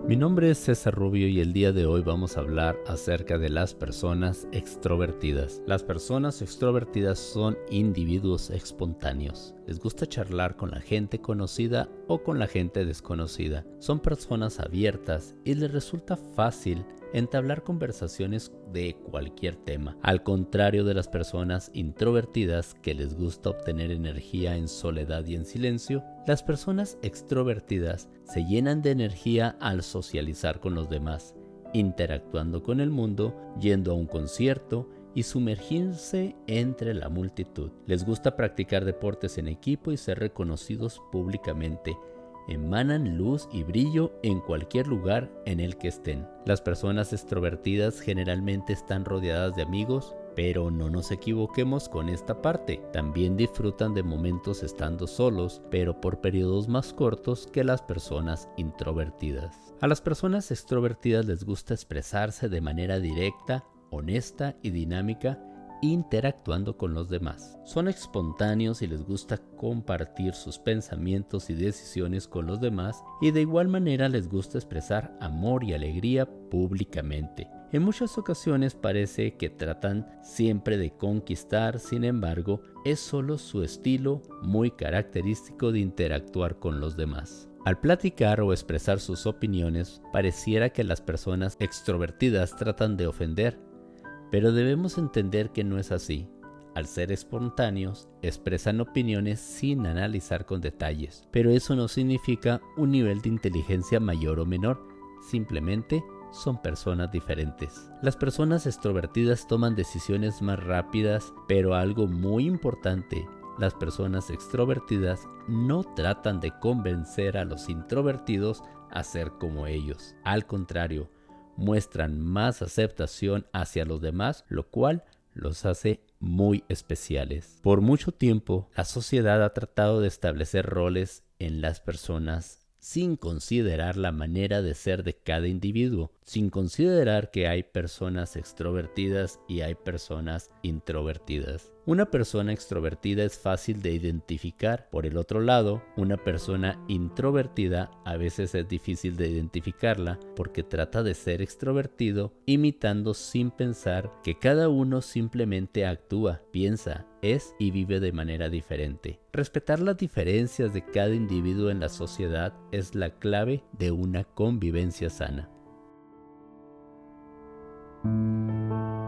Mi nombre es César Rubio y el día de hoy vamos a hablar acerca de las personas extrovertidas. Las personas extrovertidas son individuos espontáneos. Les gusta charlar con la gente conocida o con la gente desconocida. Son personas abiertas y les resulta fácil entablar conversaciones de cualquier tema. Al contrario de las personas introvertidas que les gusta obtener energía en soledad y en silencio, las personas extrovertidas se llenan de energía al socializar con los demás, interactuando con el mundo, yendo a un concierto y sumergirse entre la multitud. Les gusta practicar deportes en equipo y ser reconocidos públicamente. Emanan luz y brillo en cualquier lugar en el que estén. Las personas extrovertidas generalmente están rodeadas de amigos, pero no nos equivoquemos con esta parte. También disfrutan de momentos estando solos, pero por periodos más cortos que las personas introvertidas. A las personas extrovertidas les gusta expresarse de manera directa, honesta y dinámica, interactuando con los demás. Son espontáneos y les gusta compartir sus pensamientos y decisiones con los demás, y de igual manera les gusta expresar amor y alegría públicamente. En muchas ocasiones parece que tratan siempre de conquistar, sin embargo, es solo su estilo muy característico de interactuar con los demás. Al platicar o expresar sus opiniones, pareciera que las personas extrovertidas tratan de ofender, pero debemos entender que no es así. Al ser espontáneos, expresan opiniones sin analizar con detalles, pero eso no significa un nivel de inteligencia mayor o menor, simplemente son personas diferentes. Las personas extrovertidas toman decisiones más rápidas, pero algo muy importante, las personas extrovertidas no tratan de convencer a los introvertidos a ser como ellos. Al contrario, muestran más aceptación hacia los demás, lo cual los hace muy especiales. Por mucho tiempo, la sociedad ha tratado de establecer roles en las personas sin considerar la manera de ser de cada individuo, sin considerar que hay personas extrovertidas y hay personas introvertidas. Una persona extrovertida es fácil de identificar. Por el otro lado, una persona introvertida a veces es difícil de identificarla porque trata de ser extrovertido, imitando sin pensar que cada uno simplemente actúa, piensa, es y vive de manera diferente. Respetar las diferencias de cada individuo en la sociedad es la clave de una convivencia sana.